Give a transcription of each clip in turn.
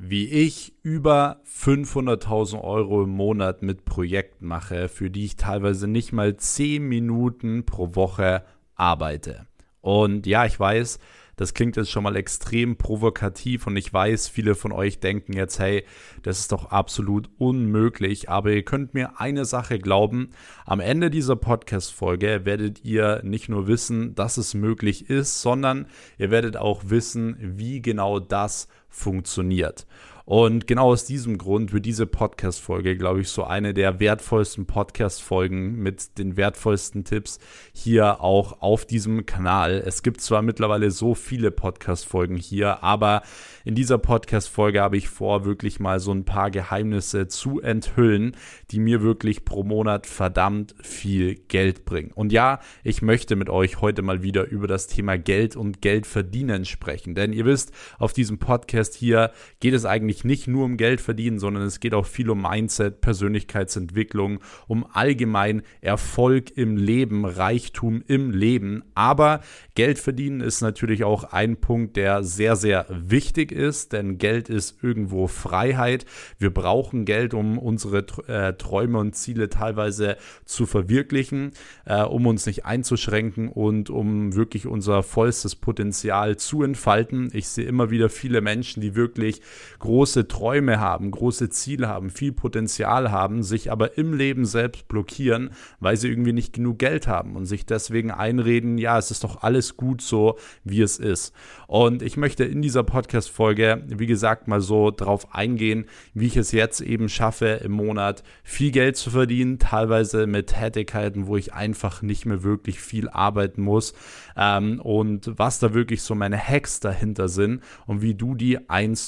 wie ich über 500.000 Euro im Monat mit Projekten mache, für die ich teilweise nicht mal 10 Minuten pro Woche arbeite. Und ja, ich weiß, das klingt jetzt schon mal extrem provokativ und ich weiß, viele von euch denken jetzt, hey, das ist doch absolut unmöglich, aber ihr könnt mir eine Sache glauben, am Ende dieser Podcast-Folge werdet ihr nicht nur wissen, dass es möglich ist, sondern ihr werdet auch wissen, wie genau das funktioniert. Und genau aus diesem Grund wird diese Podcast-Folge, glaube ich, so eine der wertvollsten Podcast-Folgen mit den wertvollsten Tipps hier auch auf diesem Kanal. Es gibt zwar mittlerweile so viele Podcast-Folgen hier, aber in dieser Podcast-Folge habe ich vor, wirklich mal so ein paar Geheimnisse zu enthüllen, die mir wirklich pro Monat verdammt viel Geld bringen. Und ja, ich möchte mit euch heute mal wieder über das Thema Geld und Geld verdienen sprechen, denn ihr wisst, auf diesem Podcast hier geht es eigentlich nicht nur um Geld verdienen, sondern es geht auch viel um Mindset, Persönlichkeitsentwicklung, um allgemein Erfolg im Leben, Reichtum im Leben. Aber Geld verdienen ist natürlich auch ein Punkt, der sehr, sehr wichtig ist, denn Geld ist irgendwo Freiheit. Wir brauchen Geld, um unsere Träume und Ziele teilweise zu verwirklichen, um uns nicht einzuschränken und um wirklich unser vollstes Potenzial zu entfalten. Ich sehe immer wieder viele Menschen, die wirklich große Träume haben, große Ziele haben, viel Potenzial haben, sich aber im Leben selbst blockieren, weil sie irgendwie nicht genug Geld haben und sich deswegen einreden, ja, es ist doch alles gut so, wie es ist. Und ich möchte in dieser Podcast-Folge, wie gesagt, mal so drauf eingehen, wie ich es jetzt eben schaffe, im Monat viel Geld zu verdienen, teilweise mit Tätigkeiten, wo ich einfach nicht mehr wirklich viel arbeiten muss, und was da wirklich so meine Hacks dahinter sind und wie du die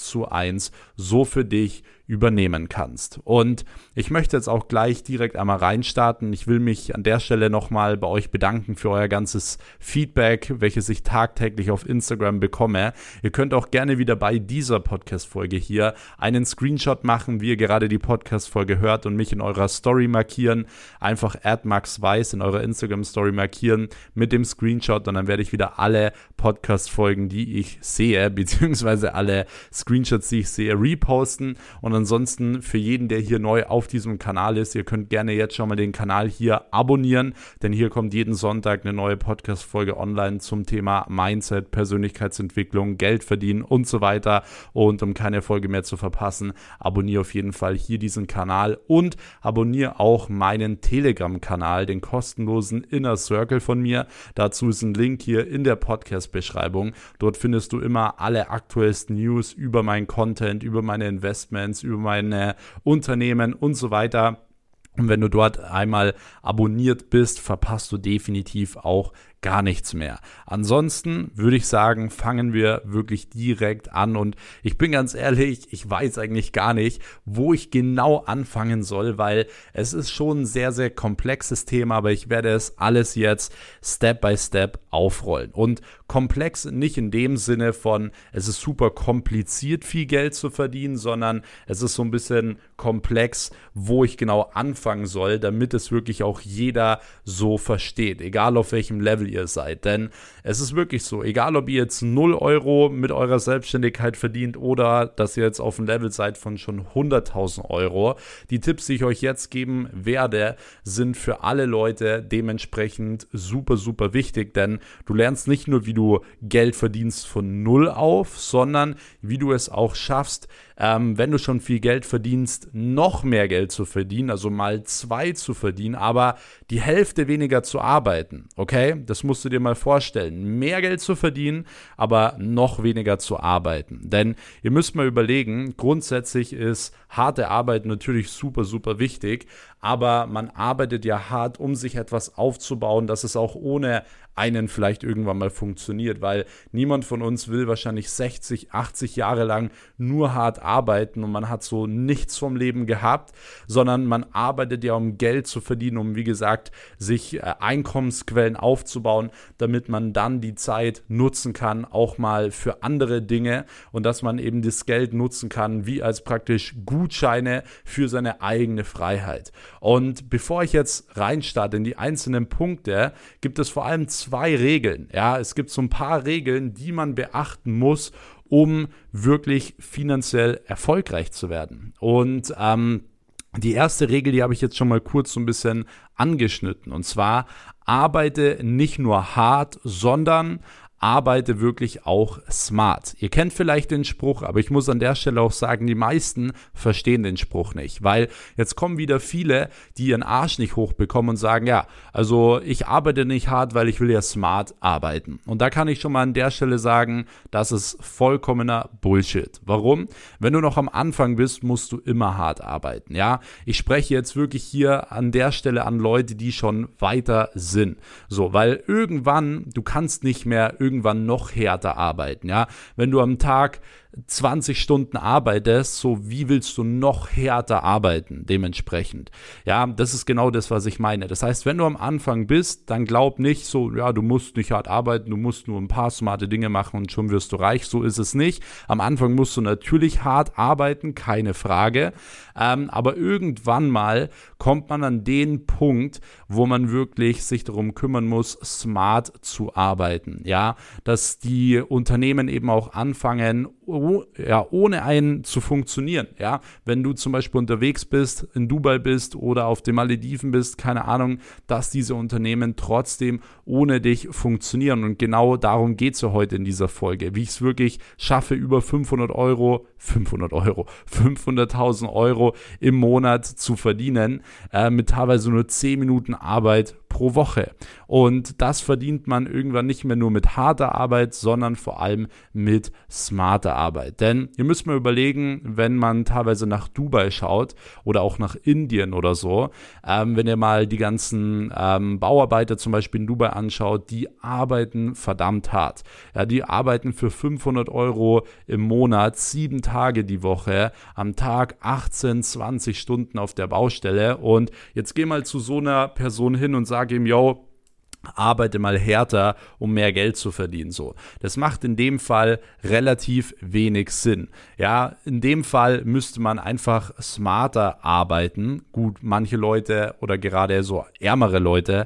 1:1 so für dich übernehmen kannst. Und ich möchte jetzt auch gleich direkt einmal reinstarten. Ich will mich an der Stelle nochmal bei euch bedanken für euer ganzes Feedback, welches ich tagtäglich auf Instagram bekomme. Ihr könnt auch gerne wieder bei dieser Podcast-Folge hier einen Screenshot machen, wie ihr gerade die Podcast-Folge hört und mich in eurer Story markieren. Einfach @maxweiss in eurer Instagram-Story markieren mit dem Screenshot und dann werde ich wieder alle Podcast-Folgen, die ich sehe, beziehungsweise alle Screenshots, die ich sehe, reposten. Und ansonsten für jeden, der hier neu auf diesem Kanal ist, ihr könnt gerne jetzt schon mal den Kanal hier abonnieren, denn hier kommt jeden Sonntag eine neue Podcast-Folge online zum Thema Mindset, Persönlichkeitsentwicklung, Geld verdienen und so weiter. Und um keine Folge mehr zu verpassen, abonniere auf jeden Fall hier diesen Kanal und abonniere auch meinen Telegram-Kanal, den kostenlosen Inner Circle von mir. Dazu ist ein Link hier in der Podcast-Beschreibung. Dort findest du immer alle aktuellsten News über meinen Content, über meine Investments, über meine Unternehmen und so weiter. Und wenn du dort einmal abonniert bist, verpasst du definitiv auch gar nichts mehr. Ansonsten würde ich sagen, fangen wir wirklich direkt an und ich bin ganz ehrlich, ich weiß eigentlich gar nicht, wo ich genau anfangen soll, weil es ist schon ein sehr, sehr komplexes Thema, aber ich werde es alles jetzt Step by Step aufrollen. Und komplex nicht in dem Sinne von, es ist super kompliziert, viel Geld zu verdienen, sondern es ist so ein bisschen komplex, wo ich genau anfangen soll, damit es wirklich auch jeder so versteht, egal auf welchem Level ihr seid. Denn es ist wirklich so, egal ob ihr jetzt 0 Euro mit eurer Selbstständigkeit verdient oder dass ihr jetzt auf einem Level seid von schon 100.000 Euro, die Tipps, die ich euch jetzt geben werde, sind für alle Leute dementsprechend super, super wichtig, denn du lernst nicht nur, wie du Geld verdienst von 0 auf, sondern wie du es auch schaffst, wenn du schon viel Geld verdienst, noch mehr Geld zu verdienen, also mal 2 zu verdienen, aber die Hälfte weniger zu arbeiten, okay? Das musst du dir mal vorstellen. Mehr Geld zu verdienen, aber noch weniger zu arbeiten. Denn ihr müsst mal überlegen, grundsätzlich ist harte Arbeit natürlich super, super wichtig, aber man arbeitet ja hart, um sich etwas aufzubauen, dass es auch ohne einen vielleicht irgendwann mal funktioniert, weil niemand von uns will wahrscheinlich 60, 80 Jahre lang nur hart arbeiten und man hat so nichts vom Leben gehabt, sondern man arbeitet ja, um Geld zu verdienen, um, wie gesagt, sich Einkommensquellen aufzubauen, damit man dann die Zeit nutzen kann, auch mal für andere Dinge und dass man eben das Geld nutzen kann, wie als praktisch Gutscheine für seine eigene Freiheit. Und bevor ich jetzt reinstarte in die einzelnen Punkte, gibt es vor allem 2 Regeln. Ja, es gibt so ein paar Regeln, die man beachten muss, um wirklich finanziell erfolgreich zu werden. Und die erste Regel, die habe ich jetzt schon mal kurz so ein bisschen angeschnitten. Und zwar, arbeite nicht nur hart, sondern arbeite wirklich auch smart. Ihr kennt vielleicht den Spruch, aber ich muss an der Stelle auch sagen, die meisten verstehen den Spruch nicht, weil jetzt kommen wieder viele, die ihren Arsch nicht hochbekommen und sagen, ja, also ich arbeite nicht hart, weil ich will ja smart arbeiten. Und da kann ich schon mal an der Stelle sagen, das ist vollkommener Bullshit. Warum? Wenn du noch am Anfang bist, musst du immer hart arbeiten, ja. Ich spreche jetzt wirklich hier an der Stelle an Leute, die schon weiter sind. So, weil du kannst nicht mehr irgendwann noch härter arbeiten, ja. Wenn du am Tag 20 Stunden arbeitest, so wie willst du noch härter arbeiten dementsprechend? Ja, das ist genau das, was ich meine. Das heißt, wenn du am Anfang bist, dann glaub nicht so, ja, du musst nicht hart arbeiten, du musst nur ein paar smarte Dinge machen und schon wirst du reich. So ist es nicht. Am Anfang musst du natürlich hart arbeiten, keine Frage. Aber irgendwann mal kommt man an den Punkt, wo man wirklich sich darum kümmern muss, smart zu arbeiten. Ja, dass die Unternehmen eben auch anfangen, ohne einen zu funktionieren. Ja, wenn du zum Beispiel unterwegs bist, in Dubai bist oder auf den Malediven bist, keine Ahnung, dass diese Unternehmen trotzdem ohne dich funktionieren. Und genau darum geht es ja heute in dieser Folge, wie ich es wirklich schaffe, über 500.000 Euro im Monat zu verdienen, mit teilweise nur 10 Minuten Arbeit pro Woche. Und das verdient man irgendwann nicht mehr nur mit harter Arbeit, sondern vor allem mit smarter Arbeit. Denn ihr müsst mal überlegen, wenn man teilweise nach Dubai schaut oder auch nach Indien oder so, wenn ihr mal die ganzen Bauarbeiter zum Beispiel in Dubai anschaut, die arbeiten verdammt hart. Ja, die arbeiten für 500 Euro im Monat, 7 Tage die Woche, am Tag 18, 20 Stunden auf der Baustelle. Und jetzt geh mal zu so einer Person hin und sag ihm, yo, arbeite mal härter, um mehr Geld zu verdienen. So, das macht in dem Fall relativ wenig Sinn. Ja, in dem Fall müsste man einfach smarter arbeiten. Gut, manche Leute oder gerade so ärmere Leute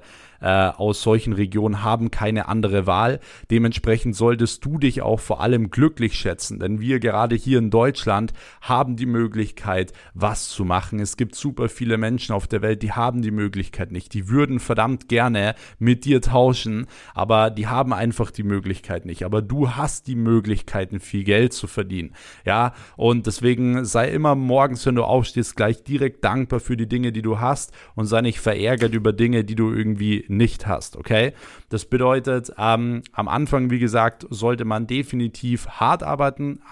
aus solchen Regionen haben keine andere Wahl. Dementsprechend solltest du dich auch vor allem glücklich schätzen, denn wir gerade hier in Deutschland haben die Möglichkeit, was zu machen. Es gibt super viele Menschen auf der Welt, die haben die Möglichkeit nicht. Die würden verdammt gerne mit dir tauschen, aber die haben einfach die Möglichkeit nicht. Aber du hast die Möglichkeiten, viel Geld zu verdienen. Ja, und deswegen sei immer morgens, wenn du aufstehst, gleich direkt dankbar für die Dinge, die du hast und sei nicht verärgert über Dinge, die du irgendwie nicht hast, okay? Das bedeutet, am Anfang, wie gesagt, sollte man definitiv hart arbeiten,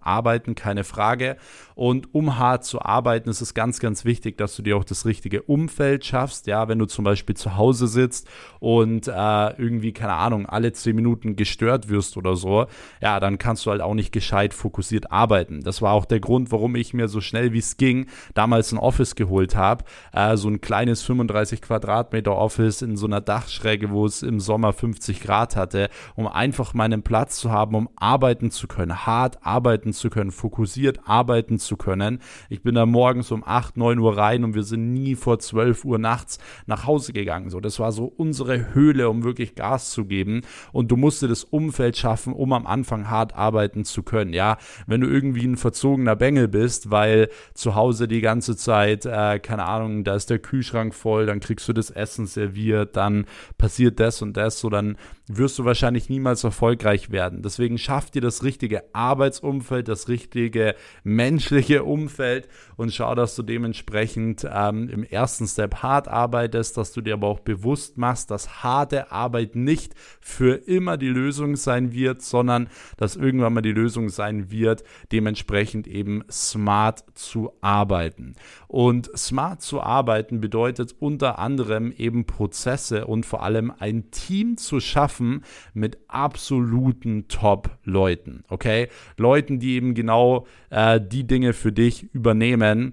keine Frage. Und um hart zu arbeiten, ist es ganz, ganz wichtig, dass du dir auch das richtige Umfeld schaffst. Ja, wenn du zum Beispiel zu Hause sitzt und irgendwie, keine Ahnung, alle 10 Minuten gestört wirst oder so, ja, dann kannst du halt auch nicht gescheit fokussiert arbeiten. Das war auch der Grund, warum ich mir so schnell wie es ging damals ein Office geholt habe. So ein kleines 35 Quadratmeter Office in so einer Dachschräge, wo es im Sommer 50 Grad hatte, um einfach meinen Platz zu haben, um arbeiten zu können, hart arbeiten zu können, fokussiert arbeiten zu können. Ich bin da morgens um 8, 9 Uhr rein und wir sind nie vor 12 Uhr nachts nach Hause gegangen. So, das war so unsere Höhle, um wirklich Gas zu geben, und du musst dir das Umfeld schaffen, um am Anfang hart arbeiten zu können. Ja, wenn du irgendwie ein verzogener Bengel bist, weil zu Hause die ganze Zeit, keine Ahnung, da ist der Kühlschrank voll, dann kriegst du das Essen serviert, dann passiert das und das, so dann wirst du wahrscheinlich niemals erfolgreich werden. Deswegen schaff dir das richtige Arbeitsumfeld, das richtige menschliche Umfeld und schau, dass du dementsprechend im ersten Step hart arbeitest, dass du dir aber auch bewusst machst, dass harte Arbeit nicht für immer die Lösung sein wird, sondern dass irgendwann mal die Lösung sein wird, dementsprechend eben smart zu arbeiten. Und smart zu arbeiten bedeutet unter anderem eben Prozesse und vor allem ein Team zu schaffen mit absoluten Top-Leuten, okay? Leuten, die eben genau die Dinge für dich übernehmen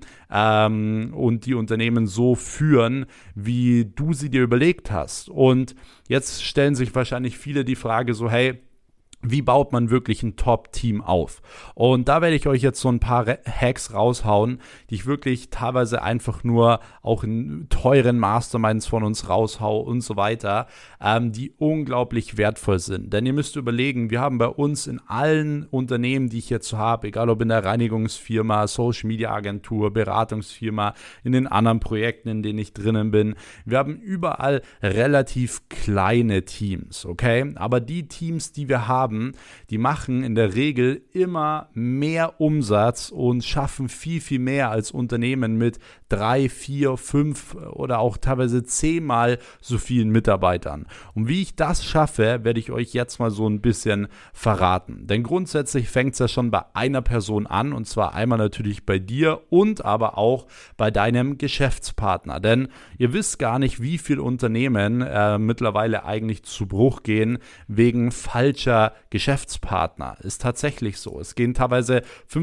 und die Unternehmen so führen, wie du sie dir überlegt hast. Und jetzt stellen sich wahrscheinlich viele die Frage so, hey, Wie baut man wirklich ein Top-Team auf? Und da werde ich euch jetzt so ein paar Hacks raushauen, die ich wirklich teilweise einfach nur auch in teuren Masterminds von uns raushau und so weiter, die unglaublich wertvoll sind. Denn ihr müsst überlegen, wir haben bei uns in allen Unternehmen, die ich jetzt so habe, egal ob in der Reinigungsfirma, Social-Media-Agentur, Beratungsfirma, in den anderen Projekten, in denen ich drinnen bin, wir haben überall relativ kleine Teams, okay? Aber die Teams, die wir haben, die machen in der Regel immer mehr Umsatz und schaffen viel, viel mehr als Unternehmen mit 3, 4, 5 oder auch teilweise 10-mal so vielen Mitarbeitern. Und wie ich das schaffe, werde ich euch jetzt mal so ein bisschen verraten. Denn grundsätzlich fängt es ja schon bei einer Person an, und zwar einmal natürlich bei dir und aber auch bei deinem Geschäftspartner. Denn ihr wisst gar nicht, wie viele Unternehmen mittlerweile eigentlich zu Bruch gehen wegen falscher Geschäftspartner. Ist tatsächlich so. Es gehen teilweise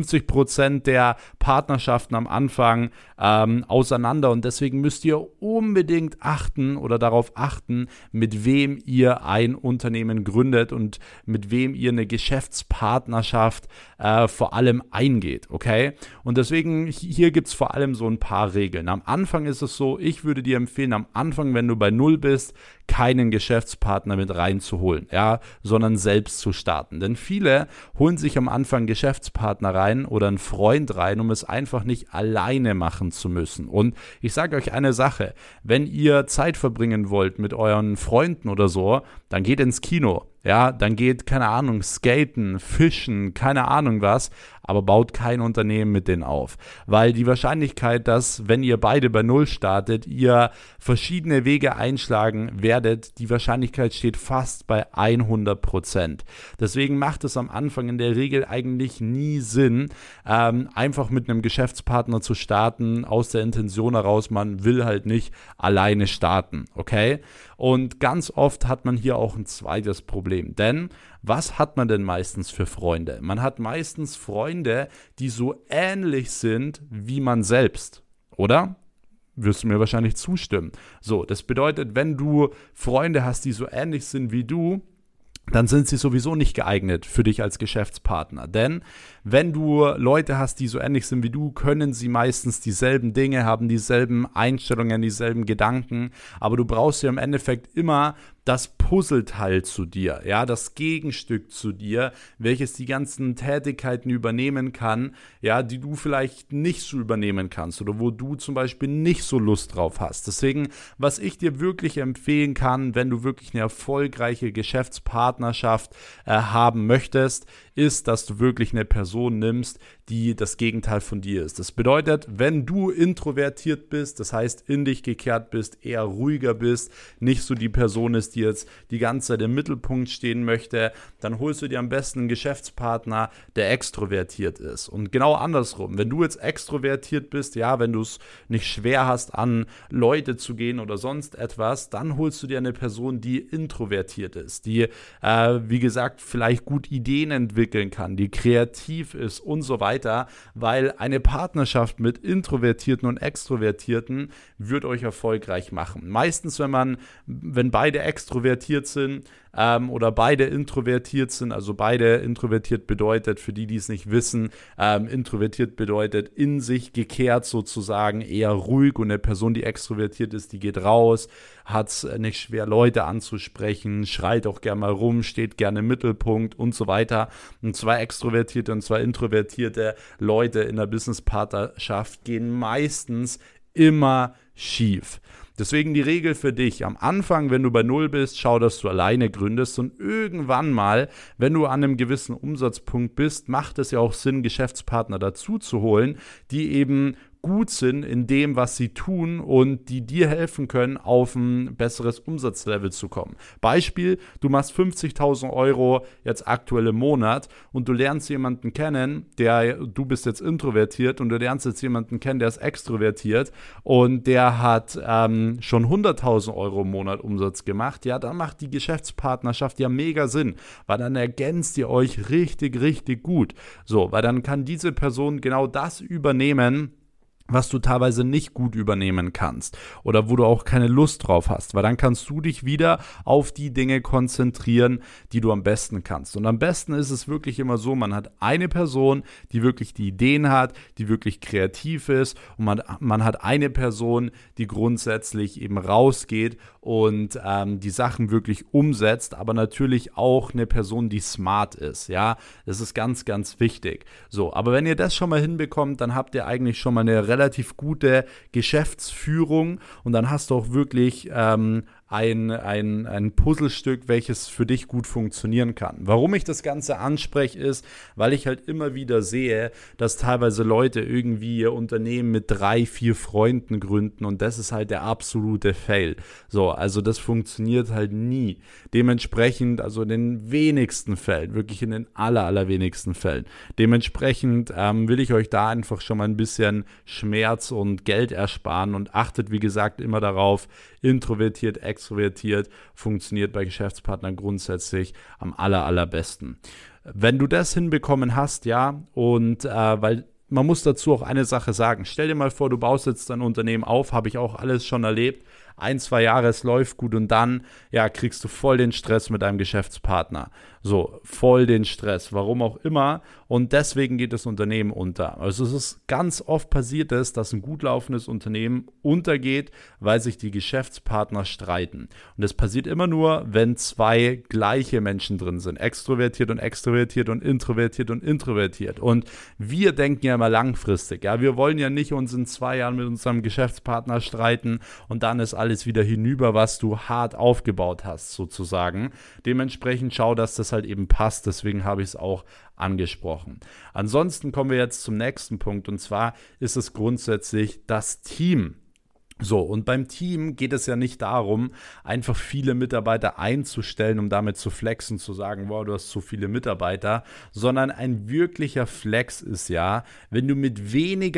50% der Partnerschaften am Anfang auseinander, und deswegen müsst ihr unbedingt achten oder darauf achten, mit wem ihr ein Unternehmen gründet und mit wem ihr eine Geschäftspartnerschaft vor allem eingeht, okay? Und deswegen, hier gibt es vor allem so ein paar Regeln. Am Anfang ist es so, ich würde dir empfehlen, am Anfang, wenn du bei Null bist, keinen Geschäftspartner mit reinzuholen, ja, sondern selbst zu starten. Denn viele holen sich am Anfang Geschäftspartner rein oder einen Freund rein, um es einfach nicht alleine machen zu müssen. Und ich sage euch eine Sache, wenn ihr Zeit verbringen wollt mit euren Freunden oder so, dann geht ins Kino. Ja, dann geht, keine Ahnung, skaten, fischen, keine Ahnung was, aber baut kein Unternehmen mit denen auf. Weil die Wahrscheinlichkeit, dass, wenn ihr beide bei Null startet, ihr verschiedene Wege einschlagen werdet, die Wahrscheinlichkeit steht fast bei 100%. Deswegen macht es am Anfang in der Regel eigentlich nie Sinn, einfach mit einem Geschäftspartner zu starten, aus der Intention heraus, man will halt nicht alleine starten, okay? Und ganz oft hat man hier auch ein zweites Problem, denn was hat man denn meistens für Freunde? Man hat meistens Freunde, die so ähnlich sind wie man selbst, oder? Wirst du mir wahrscheinlich zustimmen. So, das bedeutet, wenn du Freunde hast, die so ähnlich sind wie du, dann sind sie sowieso nicht geeignet für dich als Geschäftspartner. Denn wenn du Leute hast, die so ähnlich sind wie du, können sie meistens dieselben Dinge, haben dieselben Einstellungen, dieselben Gedanken, aber du brauchst ja im Endeffekt immer das Puzzleteil zu dir, ja, das Gegenstück zu dir, welches die ganzen Tätigkeiten übernehmen kann, ja, die du vielleicht nicht so übernehmen kannst oder wo du zum Beispiel nicht so Lust drauf hast. Deswegen, was ich dir wirklich empfehlen kann, wenn du wirklich eine erfolgreiche Geschäftspartnerschaft haben möchtest, ist, dass du wirklich eine Person nimmst, die das Gegenteil von dir ist. Das bedeutet, wenn du introvertiert bist, das heißt in dich gekehrt bist, eher ruhiger bist, nicht so die Person ist, die jetzt die ganze Zeit im Mittelpunkt stehen möchte, dann holst du dir am besten einen Geschäftspartner, der extrovertiert ist. Und genau andersrum, wenn du jetzt extrovertiert bist, ja, wenn du es nicht schwer hast, an Leute zu gehen oder sonst etwas, dann holst du dir eine Person, die introvertiert ist, die, wie gesagt, vielleicht gut Ideen entwickeln kann, die kreativ ist und so weiter, weil eine Partnerschaft mit Introvertierten und Extrovertierten wird euch erfolgreich machen. Meistens, wenn beide extrovertiert sind oder beide introvertiert sind, also beide introvertiert bedeutet, für die, die es nicht wissen, introvertiert bedeutet in sich gekehrt sozusagen, eher ruhig, und eine Person, die extrovertiert ist, die geht raus, hat es nicht schwer, Leute anzusprechen, schreit auch gerne mal rum, steht gerne im Mittelpunkt und so weiter. Und zwei extrovertierte und zwei introvertierte Leute in der Businesspartnerschaft gehen meistens immer schief. Deswegen die Regel für dich: Am Anfang, wenn du bei Null bist, schau, dass du alleine gründest, und irgendwann mal, wenn du an einem gewissen Umsatzpunkt bist, macht es ja auch Sinn, Geschäftspartner dazu zu holen, die eben gut sind in dem, was sie tun und die dir helfen können, auf ein besseres Umsatzlevel zu kommen. Beispiel, du machst 50.000 Euro jetzt aktuell im Monat und du lernst jemanden kennen, du bist jetzt introvertiert und du lernst jetzt jemanden kennen, der ist extrovertiert und der hat schon 100.000 Euro im Monat Umsatz gemacht, ja, dann macht die Geschäftspartnerschaft ja mega Sinn, weil dann ergänzt ihr euch richtig, richtig gut. So, weil dann kann diese Person genau das übernehmen, was du teilweise nicht gut übernehmen kannst oder wo du auch keine Lust drauf hast, weil dann kannst du dich wieder auf die Dinge konzentrieren, die du am besten kannst. Und am besten ist es wirklich immer so, man hat eine Person, die wirklich die Ideen hat, die wirklich kreativ ist, und man hat eine Person, die grundsätzlich eben rausgeht und die Sachen wirklich umsetzt, aber natürlich auch eine Person, die smart ist, ja, das ist ganz, ganz wichtig. So, aber wenn ihr das schon mal hinbekommt, dann habt ihr eigentlich schon mal eine relativ gute Geschäftsführung, und dann hast du auch wirklich ein Puzzlestück, welches für dich gut funktionieren kann. Warum ich das Ganze anspreche, ist, weil ich halt immer wieder sehe, dass teilweise Leute irgendwie ihr Unternehmen mit 3, 4 Freunden gründen, und das ist halt der absolute Fail. So, also das funktioniert halt nie. Dementsprechend, also in den wenigsten Fällen, wirklich in den allerwenigsten Fällen. Dementsprechend will ich euch da einfach schon mal ein bisschen Schmerz und Geld ersparen, und achtet, wie gesagt, immer darauf, introvertiert, extrovertiert funktioniert bei Geschäftspartnern grundsätzlich am allerbesten. Wenn du das hinbekommen hast, ja, und weil man muss dazu auch eine Sache sagen. Stell dir mal vor, du baust jetzt dein Unternehmen auf, habe ich auch alles schon erlebt. 1, 2 Jahre, es läuft gut, und dann, ja, kriegst du voll den Stress mit deinem Geschäftspartner. So, voll den Stress, warum auch immer, und deswegen geht das Unternehmen unter. Also es ist ganz oft passiert, dass ein gut laufendes Unternehmen untergeht, weil sich die Geschäftspartner streiten. Und das passiert immer nur, wenn 2 gleiche Menschen drin sind, extrovertiert und extrovertiert und introvertiert. Und wir denken ja immer langfristig, ja, wir wollen ja nicht uns in 2 Jahren mit unserem Geschäftspartner streiten und dann ist alles wieder hinüber, was du hart aufgebaut hast, sozusagen. Dementsprechend schau, dass das halt eben passt, deswegen habe ich es auch angesprochen. Ansonsten kommen wir jetzt zum nächsten Punkt, und zwar ist es grundsätzlich das Team. So, und beim Team geht es ja nicht darum, einfach viele Mitarbeiter einzustellen, um damit zu flexen, zu sagen, wow, du hast so viele Mitarbeiter, sondern ein wirklicher Flex ist ja, wenn du mit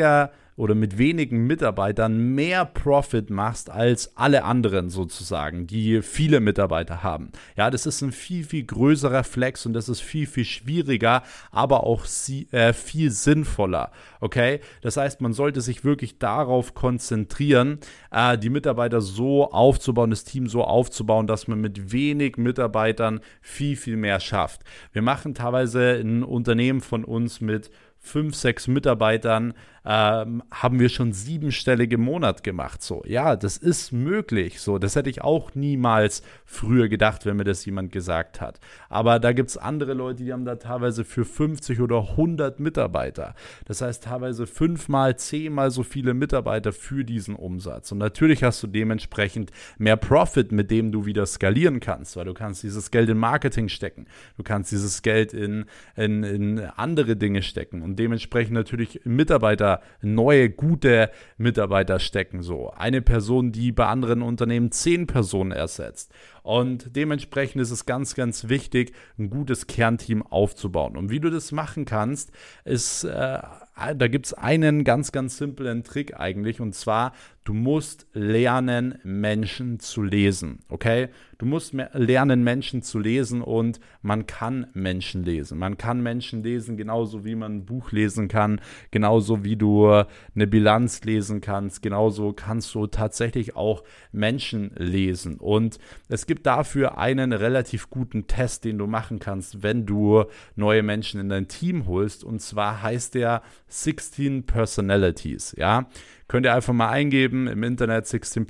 wenigen Mitarbeitern mehr Profit machst als alle anderen sozusagen, die viele Mitarbeiter haben. Ja, das ist ein viel, viel größerer Flex, und das ist viel, viel schwieriger, aber auch viel sinnvoller. Okay? Das heißt, man sollte sich wirklich darauf konzentrieren, die Mitarbeiter so aufzubauen, das Team so aufzubauen, dass man mit wenig Mitarbeitern viel, viel mehr schafft. Wir machen teilweise ein Unternehmen von uns mit 5, 6 Mitarbeitern, haben wir schon 7-stellige im Monat gemacht. So, ja, das ist möglich. So, das hätte ich auch niemals früher gedacht, wenn mir das jemand gesagt hat. Aber da gibt es andere Leute, die haben da teilweise für 50 oder 100 Mitarbeiter. Das heißt teilweise 5-mal, 10-mal so viele Mitarbeiter für diesen Umsatz. Und natürlich hast du dementsprechend mehr Profit, mit dem du wieder skalieren kannst, weil du kannst dieses Geld in Marketing stecken. Du kannst dieses Geld in andere Dinge stecken und dementsprechend natürlich neue, gute Mitarbeiter stecken. So eine Person, die bei anderen Unternehmen 10 Personen ersetzt. Und dementsprechend ist es ganz, ganz wichtig, ein gutes Kernteam aufzubauen. Und wie du das machen kannst, ist, da gibt es einen ganz, ganz simplen Trick eigentlich. Und zwar, du musst lernen, Menschen zu lesen. Okay? Du musst lernen, Menschen zu lesen, und man kann Menschen lesen. Man kann Menschen lesen, genauso wie man ein Buch lesen kann, genauso wie du eine Bilanz lesen kannst, genauso kannst du tatsächlich auch Menschen lesen. Und es gibt dafür einen relativ guten Test, den du machen kannst, wenn du neue Menschen in dein Team holst, und zwar heißt der 16 Personalities, ja. Könnt ihr einfach mal eingeben im Internet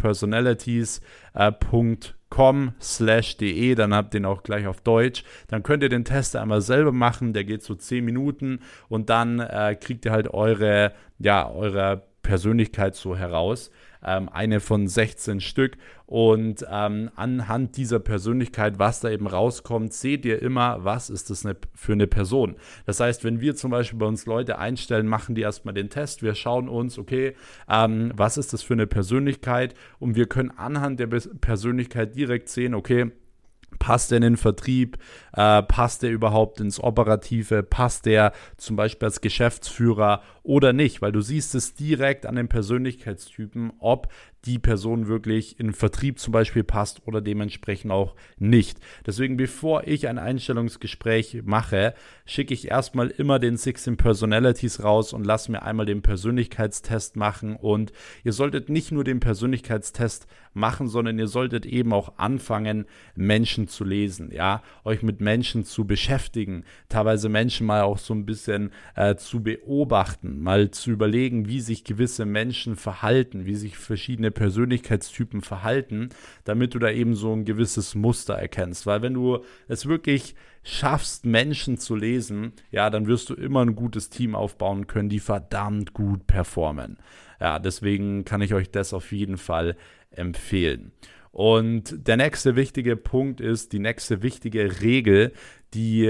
16personalities.com/de, dann habt ihr ihn auch gleich auf Deutsch. Dann könnt ihr den Test einmal selber machen, der geht so 10 Minuten, und dann kriegt ihr halt eure Persönlichkeit so heraus. Eine von 16 Stück, und anhand dieser Persönlichkeit, was da eben rauskommt, seht ihr immer, was ist das für eine Person. Das heißt, wenn wir zum Beispiel bei uns Leute einstellen, machen die erstmal den Test, wir schauen uns, okay, was ist das für eine Persönlichkeit, und wir können anhand der Persönlichkeit direkt sehen, okay, passt der in den Vertrieb? Passt der überhaupt ins Operative? Passt der zum Beispiel als Geschäftsführer oder nicht? Weil du siehst es direkt an den Persönlichkeitstypen, ob die Person wirklich in Vertrieb zum Beispiel passt oder dementsprechend auch nicht. Deswegen, bevor ich ein Einstellungsgespräch mache, schicke ich erstmal immer den 16 Personalities raus und lasse mir einmal den Persönlichkeitstest machen. Und ihr solltet nicht nur den Persönlichkeitstest machen, sondern ihr solltet eben auch anfangen, Menschen zu lesen, ja, euch mit Menschen zu beschäftigen, teilweise Menschen mal auch so ein bisschen zu beobachten, mal zu überlegen, wie sich gewisse Menschen verhalten, wie sich verschiedene Persönlichkeitstypen verhalten, damit du da eben so ein gewisses Muster erkennst, weil wenn du es wirklich schaffst, Menschen zu lesen, ja, dann wirst du immer ein gutes Team aufbauen können, die verdammt gut performen. Ja, deswegen kann ich euch das auf jeden Fall empfehlen. Und der nächste wichtige Punkt ist, die nächste wichtige Regel, die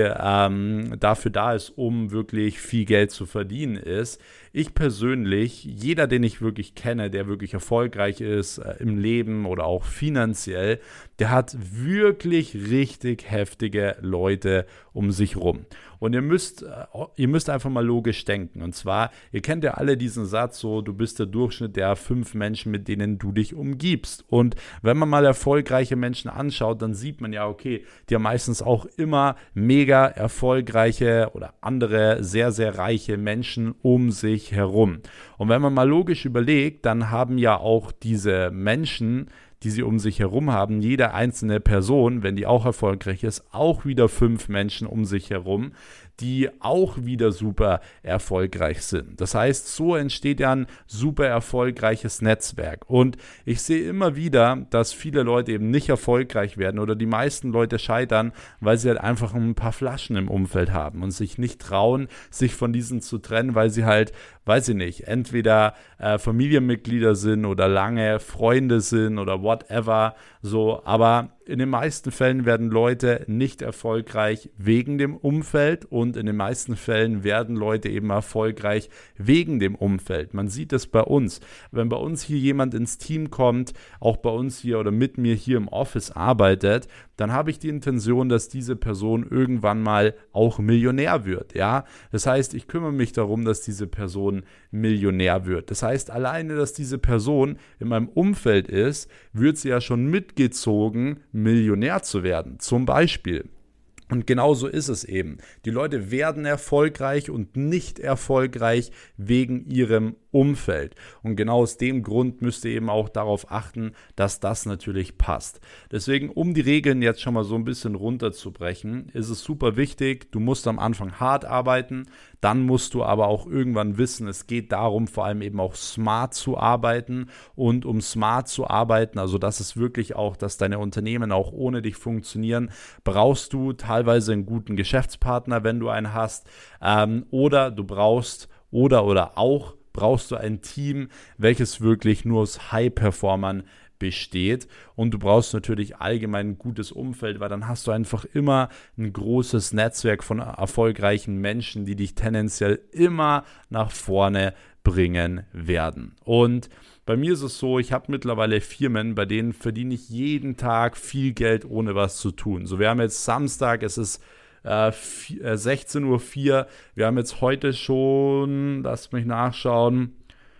dafür da ist, um wirklich viel Geld zu verdienen, ist, ich persönlich, jeder, den ich wirklich kenne, der wirklich erfolgreich ist im Leben oder auch finanziell, der hat wirklich richtig heftige Leute um sich rum. Und ihr müsst einfach mal logisch denken. Und zwar, ihr kennt ja alle diesen Satz so, du bist der Durchschnitt der 5 Menschen, mit denen du dich umgibst. Und wenn man mal erfolgreiche Menschen anschaut, dann sieht man ja, okay, die haben meistens auch immer mega erfolgreiche oder andere sehr, sehr reiche Menschen um sich herum. Und wenn man mal logisch überlegt, dann haben ja auch diese Menschen, die sie um sich herum haben, jede einzelne Person, wenn die auch erfolgreich ist, auch wieder 5 Menschen um sich herum, die auch wieder super erfolgreich sind. Das heißt, so entsteht ja ein super erfolgreiches Netzwerk. Und ich sehe immer wieder, dass viele Leute eben nicht erfolgreich werden oder die meisten Leute scheitern, weil sie halt einfach ein paar Flaschen im Umfeld haben und sich nicht trauen, sich von diesen zu trennen, weil sie halt, weiß ich nicht, entweder Familienmitglieder sind oder lange Freunde sind oder whatever, so, aber in den meisten Fällen werden Leute nicht erfolgreich wegen dem Umfeld und in den meisten Fällen werden Leute eben erfolgreich wegen dem Umfeld. Man sieht es bei uns. Wenn bei uns hier jemand ins Team kommt, auch bei uns hier oder mit mir hier im Office arbeitet, dann habe ich die Intention, dass diese Person irgendwann mal auch Millionär wird. Ja? Das heißt, ich kümmere mich darum, dass diese Person Millionär wird. Das heißt, alleine, dass diese Person in meinem Umfeld ist, wird sie ja schon mitgezogen, Millionär zu werden. Zum Beispiel. Und genau so ist es eben. Die Leute werden erfolgreich und nicht erfolgreich wegen ihrem Umfeld. Und genau aus dem Grund müsst ihr eben auch darauf achten, dass das natürlich passt. Deswegen, um die Regeln jetzt schon mal so ein bisschen runterzubrechen, ist es super wichtig, du musst am Anfang hart arbeiten, dann musst du aber auch irgendwann wissen, es geht darum, vor allem eben auch smart zu arbeiten. Und um smart zu arbeiten, also das ist wirklich auch, dass deine Unternehmen auch ohne dich funktionieren, brauchst du teilweise einen guten Geschäftspartner, wenn du einen hast, oder du brauchst brauchst du ein Team, welches wirklich nur aus High-Performern besteht, und du brauchst natürlich allgemein ein gutes Umfeld, weil dann hast du einfach immer ein großes Netzwerk von erfolgreichen Menschen, die dich tendenziell immer nach vorne bringen werden. Und bei mir ist es so, ich habe mittlerweile Firmen, bei denen verdiene ich jeden Tag viel Geld, ohne was zu tun. So, wir haben jetzt Samstag, es ist 16:04 Uhr. Wir haben jetzt heute schon, lasst mich nachschauen,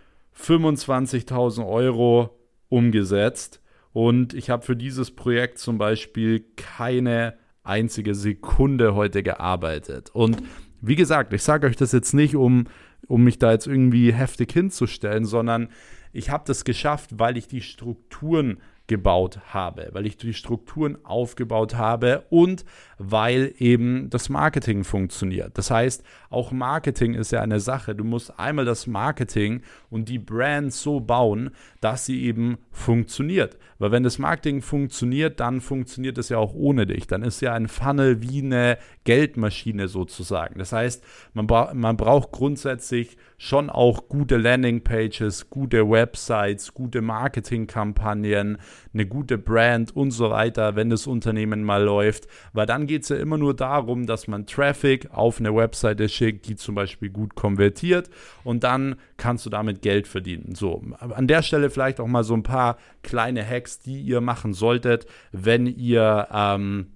25.000 Euro umgesetzt. Und ich habe für dieses Projekt zum Beispiel keine einzige Sekunde heute gearbeitet. Und wie gesagt, ich sage euch das jetzt nicht, um mich da jetzt irgendwie heftig hinzustellen, sondern ich habe das geschafft, weil ich die Strukturen gebaut habe, weil ich die Strukturen aufgebaut habe und weil eben das Marketing funktioniert. Das heißt, auch Marketing ist ja eine Sache. Du musst einmal das Marketing und die Brand so bauen, dass sie eben funktioniert. Weil wenn das Marketing funktioniert, dann funktioniert es ja auch ohne dich. Dann ist ja ein Funnel wie eine Geldmaschine sozusagen. Das heißt, man braucht grundsätzlich schon auch gute Landingpages, gute Websites, gute Marketingkampagnen, eine gute Brand und so weiter, wenn das Unternehmen mal läuft. Weil dann geht es ja immer nur darum, dass man Traffic auf eine Webseite schickt, die zum Beispiel gut konvertiert, und dann kannst du damit Geld verdienen. So, an der Stelle vielleicht auch mal so ein paar kleine Hacks, die ihr machen solltet, wenn ihr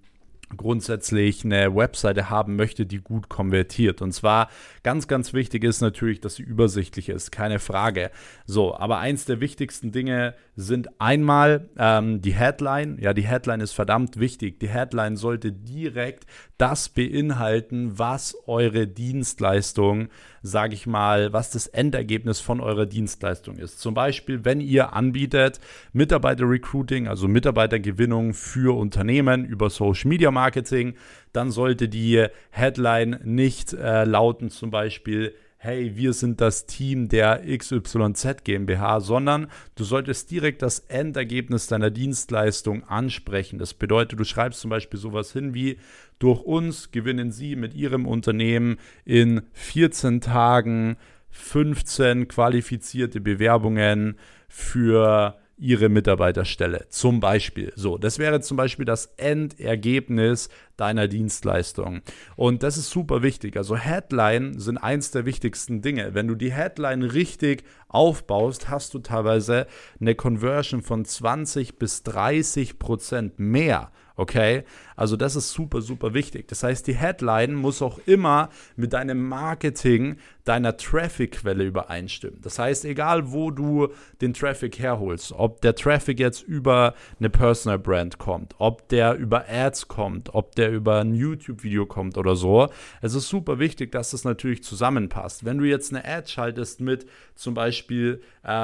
grundsätzlich eine Webseite haben möchte, die gut konvertiert. Und zwar ganz, ganz wichtig ist natürlich, dass sie übersichtlich ist, keine Frage. So, aber eins der wichtigsten Dinge sind einmal die Headline. Ja, die Headline ist verdammt wichtig. Die Headline sollte direkt das beinhalten, was eure Dienstleistung, sage ich mal, was das Endergebnis von eurer Dienstleistung ist. Zum Beispiel, wenn ihr anbietet Mitarbeiter-Recruiting, also Mitarbeitergewinnung für Unternehmen über Social Media Marketing, dann sollte die Headline nicht lauten, zum Beispiel: Hey, wir sind das Team der XYZ GmbH, sondern du solltest direkt das Endergebnis deiner Dienstleistung ansprechen. Das bedeutet, du schreibst zum Beispiel sowas hin wie: Durch uns gewinnen Sie mit Ihrem Unternehmen in 14 Tagen 15 qualifizierte Bewerbungen für Ihre Mitarbeiterstelle, zum Beispiel. So, das wäre zum Beispiel das Endergebnis deiner Dienstleistung. Und das ist super wichtig. Also Headline sind eins der wichtigsten Dinge. Wenn du die Headline richtig aufbaust, hast du teilweise eine Conversion von 20-30% mehr. Okay, also das ist super, super wichtig. Das heißt, die Headline muss auch immer mit deinem Marketing, deiner Traffic-Quelle übereinstimmen. Das heißt, egal wo du den Traffic herholst, ob der Traffic jetzt über eine Personal Brand kommt, ob der über Ads kommt, ob der über ein YouTube-Video kommt oder so, es ist super wichtig, dass das natürlich zusammenpasst. Wenn du jetzt eine Ad schaltest mit zum Beispiel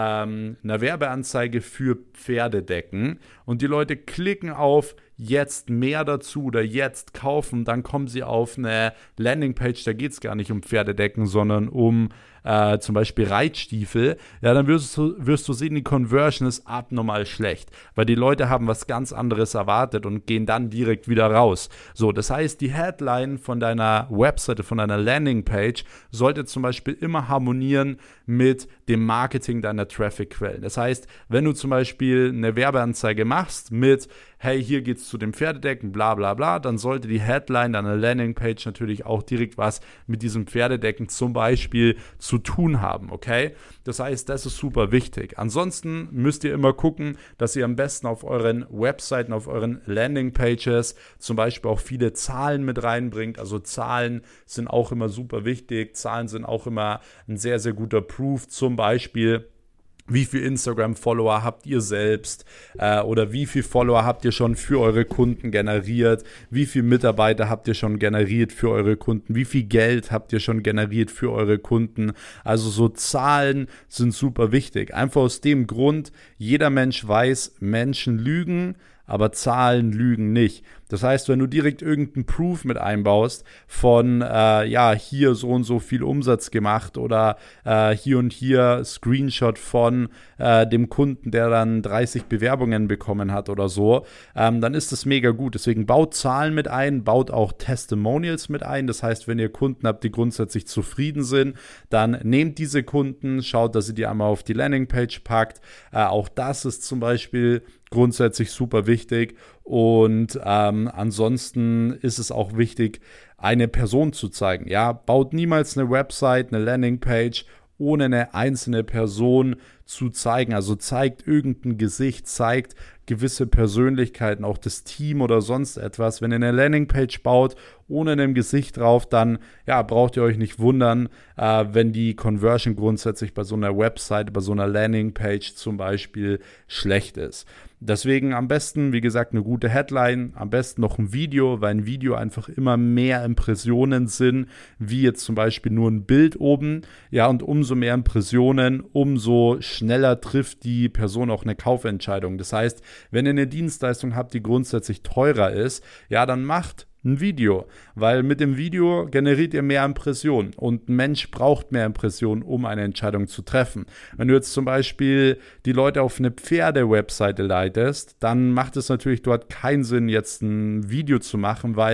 einer Werbeanzeige für Pferdedecken und die Leute klicken auf jetzt mehr dazu oder jetzt kaufen, dann kommen sie auf eine Landingpage, da geht es gar nicht um Pferdedecken, sondern um zum Beispiel Reitstiefel, ja, dann wirst du sehen, die Conversion ist abnormal schlecht, weil die Leute haben was ganz anderes erwartet und gehen dann direkt wieder raus. So, das heißt, die Headline von deiner Webseite, von deiner Landingpage sollte zum Beispiel immer harmonieren mit dem Marketing deiner Traffic-Quellen. Das heißt, wenn du zum Beispiel eine Werbeanzeige machst mit: Hey, hier geht's zu dem Pferdedecken, bla bla bla, dann sollte die Headline deiner Landingpage natürlich auch direkt was mit diesem Pferdedecken zum Beispiel zu tun haben, okay? Das heißt, das ist super wichtig. Ansonsten müsst ihr immer gucken, dass ihr am besten auf euren Webseiten, auf euren Landingpages zum Beispiel auch viele Zahlen mit reinbringt. Also Zahlen sind auch immer super wichtig. Zahlen sind auch immer ein sehr, sehr guter Proof. Zum Beispiel: Wie viele Instagram-Follower habt ihr selbst oder wie viele Follower habt ihr schon für eure Kunden generiert? Wie viele Mitarbeiter habt ihr schon generiert für eure Kunden? Wie viel Geld habt ihr schon generiert für eure Kunden? Also so Zahlen sind super wichtig. Einfach aus dem Grund, jeder Mensch weiß, Menschen lügen, aber Zahlen lügen nicht. Das heißt, wenn du direkt irgendeinen Proof mit einbaust von, hier so und so viel Umsatz gemacht oder hier und hier Screenshot von dem Kunden, der dann 30 Bewerbungen bekommen hat oder so, dann ist das mega gut. Deswegen baut Zahlen mit ein, baut auch Testimonials mit ein. Das heißt, wenn ihr Kunden habt, die grundsätzlich zufrieden sind, dann nehmt diese Kunden, schaut, dass ihr die einmal auf die Landingpage packt. Auch das ist zum Beispiel grundsätzlich super wichtig. Und ansonsten ist es auch wichtig, eine Person zu zeigen. Ja, baut niemals eine Website, eine Landingpage, ohne eine einzelne Person zu zeigen. Also zeigt irgendein Gesicht, zeigt gewisse Persönlichkeiten, auch das Team oder sonst etwas. Wenn ihr eine Landingpage baut, ohne ein Gesicht drauf, dann braucht ihr euch nicht wundern, wenn die Conversion grundsätzlich bei so einer Website, bei so einer Landingpage zum Beispiel schlecht ist. Deswegen am besten, wie gesagt, eine gute Headline, am besten noch ein Video, weil ein Video einfach immer mehr Impressionen sind, wie jetzt zum Beispiel nur ein Bild oben. Ja, und umso mehr Impressionen, umso schneller trifft die Person auch eine Kaufentscheidung. Das heißt, wenn ihr eine Dienstleistung habt, die grundsätzlich teurer ist, ja, dann macht ein Video, weil mit dem Video generiert ihr mehr Impressionen und ein Mensch braucht mehr Impressionen, um eine Entscheidung zu treffen. Wenn du jetzt zum Beispiel die Leute auf eine Pferde-Webseite leitest, dann macht es natürlich dort keinen Sinn, jetzt ein Video zu machen, weil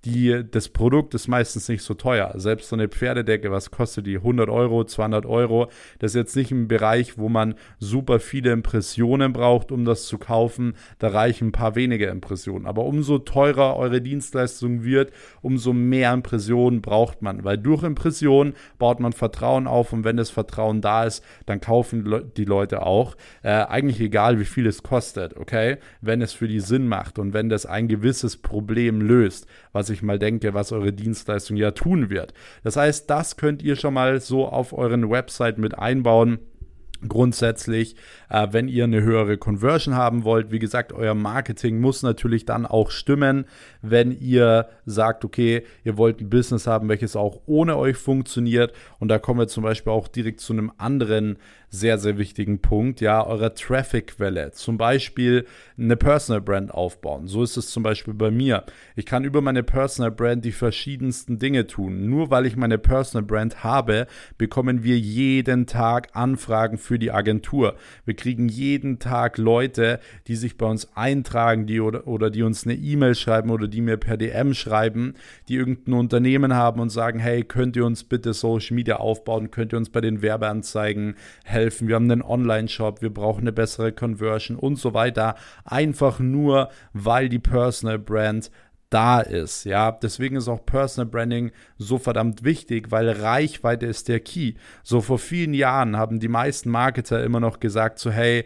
das Produkt ist meistens nicht so teuer. Selbst so eine Pferdedecke, was kostet die? 100 Euro, 200 Euro. Das ist jetzt nicht ein Bereich, wo man super viele Impressionen braucht, um das zu kaufen. Da reichen ein paar wenige Impressionen. Aber umso teurer eure Dienstleistung wird, umso mehr Impressionen braucht man. Weil durch Impressionen baut man Vertrauen auf und wenn das Vertrauen da ist, dann kaufen die Leute auch. Eigentlich egal, wie viel es kostet, okay? Wenn es für die Sinn macht und wenn das ein gewisses Problem löst, was ich mal denke, was eure Dienstleistung ja tun wird. Das heißt, das könnt ihr schon mal so auf euren Website mit einbauen. Grundsätzlich, wenn ihr eine höhere Conversion haben wollt, wie gesagt, euer Marketing muss natürlich dann auch stimmen, wenn ihr sagt, okay, ihr wollt ein Business haben, welches auch ohne euch funktioniert und da kommen wir zum Beispiel auch direkt zu einem anderen sehr, sehr wichtigen Punkt, ja, eurer Traffic-Quelle, zum Beispiel eine Personal Brand aufbauen. So ist es zum Beispiel bei mir. Ich kann über meine Personal Brand die verschiedensten Dinge tun. Nur weil ich meine Personal Brand habe, bekommen wir jeden Tag Anfragen für die Agentur. Wir kriegen jeden Tag Leute, die sich bei uns eintragen, die oder die uns eine E-Mail schreiben oder die mir per DM schreiben, die irgendein Unternehmen haben und sagen, hey, könnt ihr uns bitte Social Media aufbauen, könnt ihr uns bei den Werbeanzeigen helfen, wir haben einen Online-Shop, wir brauchen eine bessere Conversion und so weiter, einfach nur, weil die Personal Brand da ist, ja, deswegen ist auch Personal Branding so verdammt wichtig, weil Reichweite ist der Key. So vor vielen Jahren haben die meisten Marketer immer noch gesagt, so hey,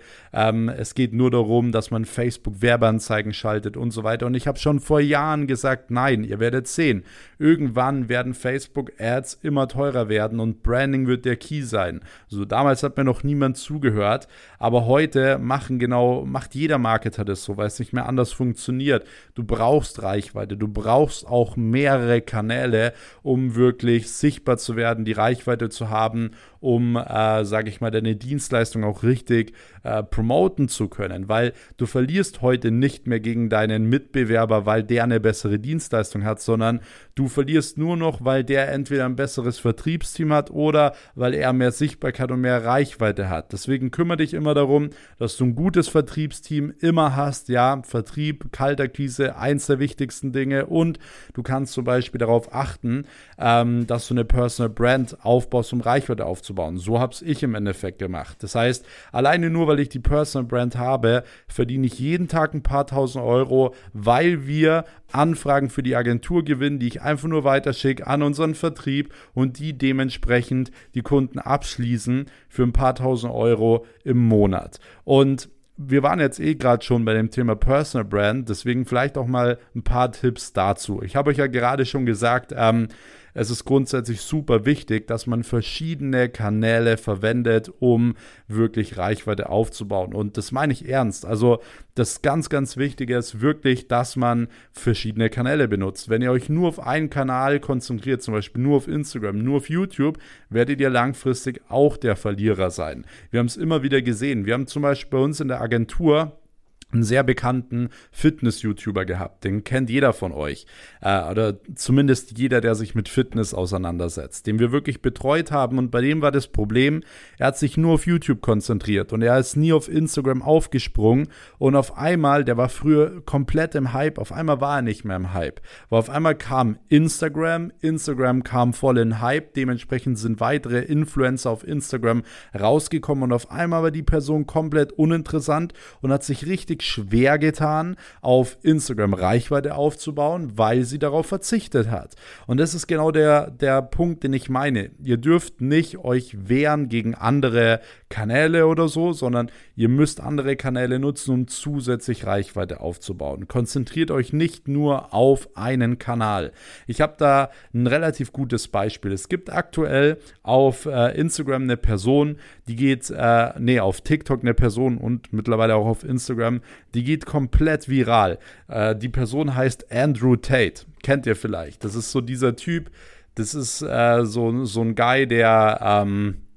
es geht nur darum, dass man Facebook Werbeanzeigen schaltet und so weiter und ich habe schon vor Jahren gesagt, nein, ihr werdet sehen, irgendwann werden Facebook Ads immer teurer werden und Branding wird der Key sein. So damals hat mir noch niemand zugehört, aber heute macht jeder Marketer das so, weil es nicht mehr anders funktioniert. Du brauchst Reichweite, du brauchst auch mehrere Kanäle, um wirklich sichtbar zu werden, die Reichweite zu haben, um, sage ich mal, deine Dienstleistung auch richtig promoten zu können, weil du verlierst heute nicht mehr gegen deinen Mitbewerber, weil der eine bessere Dienstleistung hat, sondern du verlierst nur noch, weil der entweder ein besseres Vertriebsteam hat oder weil er mehr Sichtbarkeit und mehr Reichweite hat. Deswegen kümmere dich immer darum, dass du ein gutes Vertriebsteam immer hast, ja, Vertrieb, Kaltakquise, eins der wichtigsten Dinge und du kannst zum Beispiel darauf achten, dass du eine Personal Brand aufbaust, um Reichweite aufzubauen. So habe ich im Endeffekt gemacht. Das heißt, alleine nur, weil ich die Personal Brand habe, verdiene ich jeden Tag ein paar tausend Euro, weil wir Anfragen für die Agentur gewinnen, die ich einfach nur weiterschicke an unseren Vertrieb und die dementsprechend die Kunden abschließen für ein paar tausend Euro im Monat. Und wir waren jetzt gerade schon bei dem Thema Personal Brand, deswegen vielleicht auch mal ein paar Tipps dazu. Ich habe euch ja gerade schon gesagt, es ist grundsätzlich super wichtig, dass man verschiedene Kanäle verwendet, um wirklich Reichweite aufzubauen. Und das meine ich ernst. Also das ganz, ganz Wichtige ist wirklich, dass man verschiedene Kanäle benutzt. Wenn ihr euch nur auf einen Kanal konzentriert, zum Beispiel nur auf Instagram, nur auf YouTube, werdet ihr langfristig auch der Verlierer sein. Wir haben es immer wieder gesehen. Wir haben zum Beispiel bei uns in der Agentur einen sehr bekannten Fitness-YouTuber gehabt. Den kennt jeder von euch. Oder zumindest jeder, der sich mit Fitness auseinandersetzt. Den wir wirklich betreut haben. Und bei dem war das Problem, er hat sich nur auf YouTube konzentriert. Und er ist nie auf Instagram aufgesprungen. Und auf einmal, der war früher komplett im Hype. Auf einmal war er nicht mehr im Hype. Weil auf einmal kam Instagram. Instagram kam voll in Hype. Dementsprechend sind weitere Influencer auf Instagram rausgekommen. Und auf einmal war die Person komplett uninteressant und hat sich richtig schwer getan, auf Instagram Reichweite aufzubauen, weil sie darauf verzichtet hat. Und das ist genau der Punkt, den ich meine. Ihr dürft nicht euch wehren gegen andere Kanäle oder so, sondern ihr müsst andere Kanäle nutzen, um zusätzlich Reichweite aufzubauen. Konzentriert euch nicht nur auf einen Kanal. Ich habe da ein relativ gutes Beispiel. Es gibt aktuell auf Instagram eine Person, die geht, auf TikTok eine Person und mittlerweile auch auf Instagram, die geht komplett viral. Die Person heißt Andrew Tate. Kennt ihr vielleicht? Das ist so dieser Typ, das ist so ein Guy, der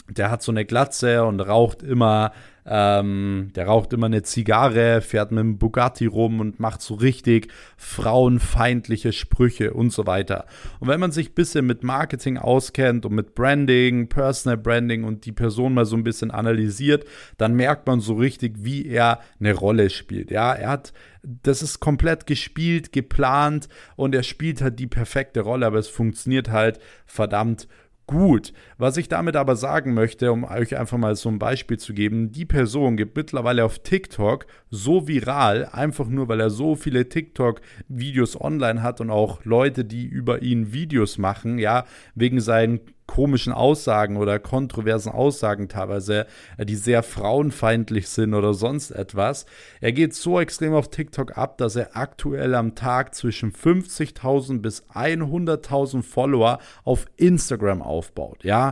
der hat so eine Glatze und der raucht immer eine Zigarre, fährt mit einem Bugatti rum und macht so richtig frauenfeindliche Sprüche und so weiter. Und wenn man sich ein bisschen mit Marketing auskennt und mit Branding, Personal Branding und die Person mal so ein bisschen analysiert, dann merkt man so richtig, wie er eine Rolle spielt. Ja, das ist komplett gespielt, geplant und er spielt halt die perfekte Rolle, aber es funktioniert halt verdammt gut. Was ich damit aber sagen möchte, um euch einfach mal so ein Beispiel zu geben, die Person geht mittlerweile auf TikTok so viral, einfach nur, weil er so viele TikTok-Videos online hat und auch Leute, die über ihn Videos machen, ja, wegen seinen komischen Aussagen oder kontroversen Aussagen teilweise, die sehr frauenfeindlich sind oder sonst etwas. Er geht so extrem auf TikTok ab, dass er aktuell am Tag zwischen 50.000 bis 100.000 Follower auf Instagram aufbaut. Ja,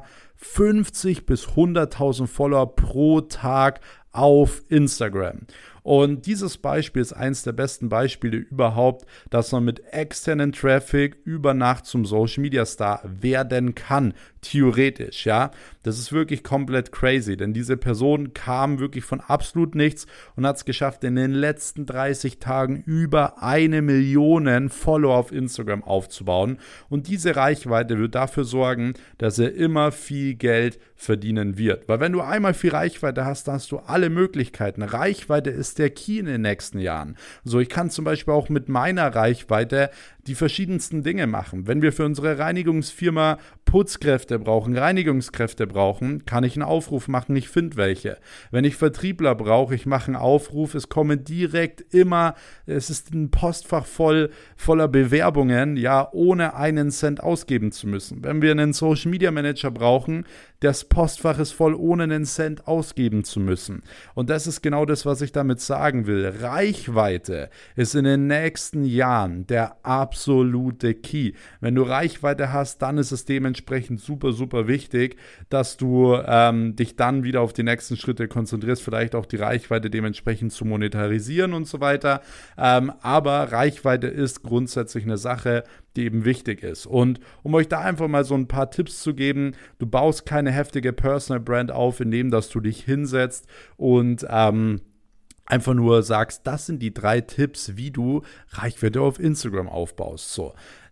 50 bis 100.000 Follower pro Tag auf Instagram. Und dieses Beispiel ist eines der besten Beispiele überhaupt, dass man mit externen Traffic über Nacht zum Social Media Star werden kann, theoretisch, ja. Das ist wirklich komplett crazy, denn diese Person kam wirklich von absolut nichts und hat es geschafft, in den letzten 30 Tagen über 1 Million Follower auf Instagram aufzubauen. Und diese Reichweite wird dafür sorgen, dass er immer viel Geld verdienen wird. Weil wenn du einmal viel Reichweite hast, dann hast du alle Möglichkeiten. Reichweite ist der Key in den nächsten Jahren. So, ich kann zum Beispiel auch mit meiner Reichweite die verschiedensten Dinge machen. Wenn wir für unsere Reinigungsfirma Putzkräfte brauchen, Reinigungskräfte brauchen, kann ich einen Aufruf machen, ich finde welche. Wenn ich Vertriebler brauche, ich mache einen Aufruf, es kommen direkt immer, es ist ein Postfach voller Bewerbungen, ja, ohne einen Cent ausgeben zu müssen. Wenn wir einen Social Media Manager brauchen, das Postfach ist voll, ohne einen Cent ausgeben zu müssen. Und das ist genau das, was ich damit sagen will. Reichweite ist in den nächsten Jahren der absolute Key. Wenn du Reichweite hast, dann ist es dementsprechend super, super wichtig, dass du dich dann wieder auf die nächsten Schritte konzentrierst, vielleicht auch die Reichweite dementsprechend zu monetarisieren und so weiter. Aber Reichweite ist grundsätzlich eine Sache, die eben wichtig ist. Und um euch da einfach mal so ein paar Tipps zu geben, du baust keine heftige Personal Brand auf, indem dass du dich hinsetzt und einfach nur sagst, das sind die 3 Tipps, wie du Reichweite auf Instagram aufbaust. So.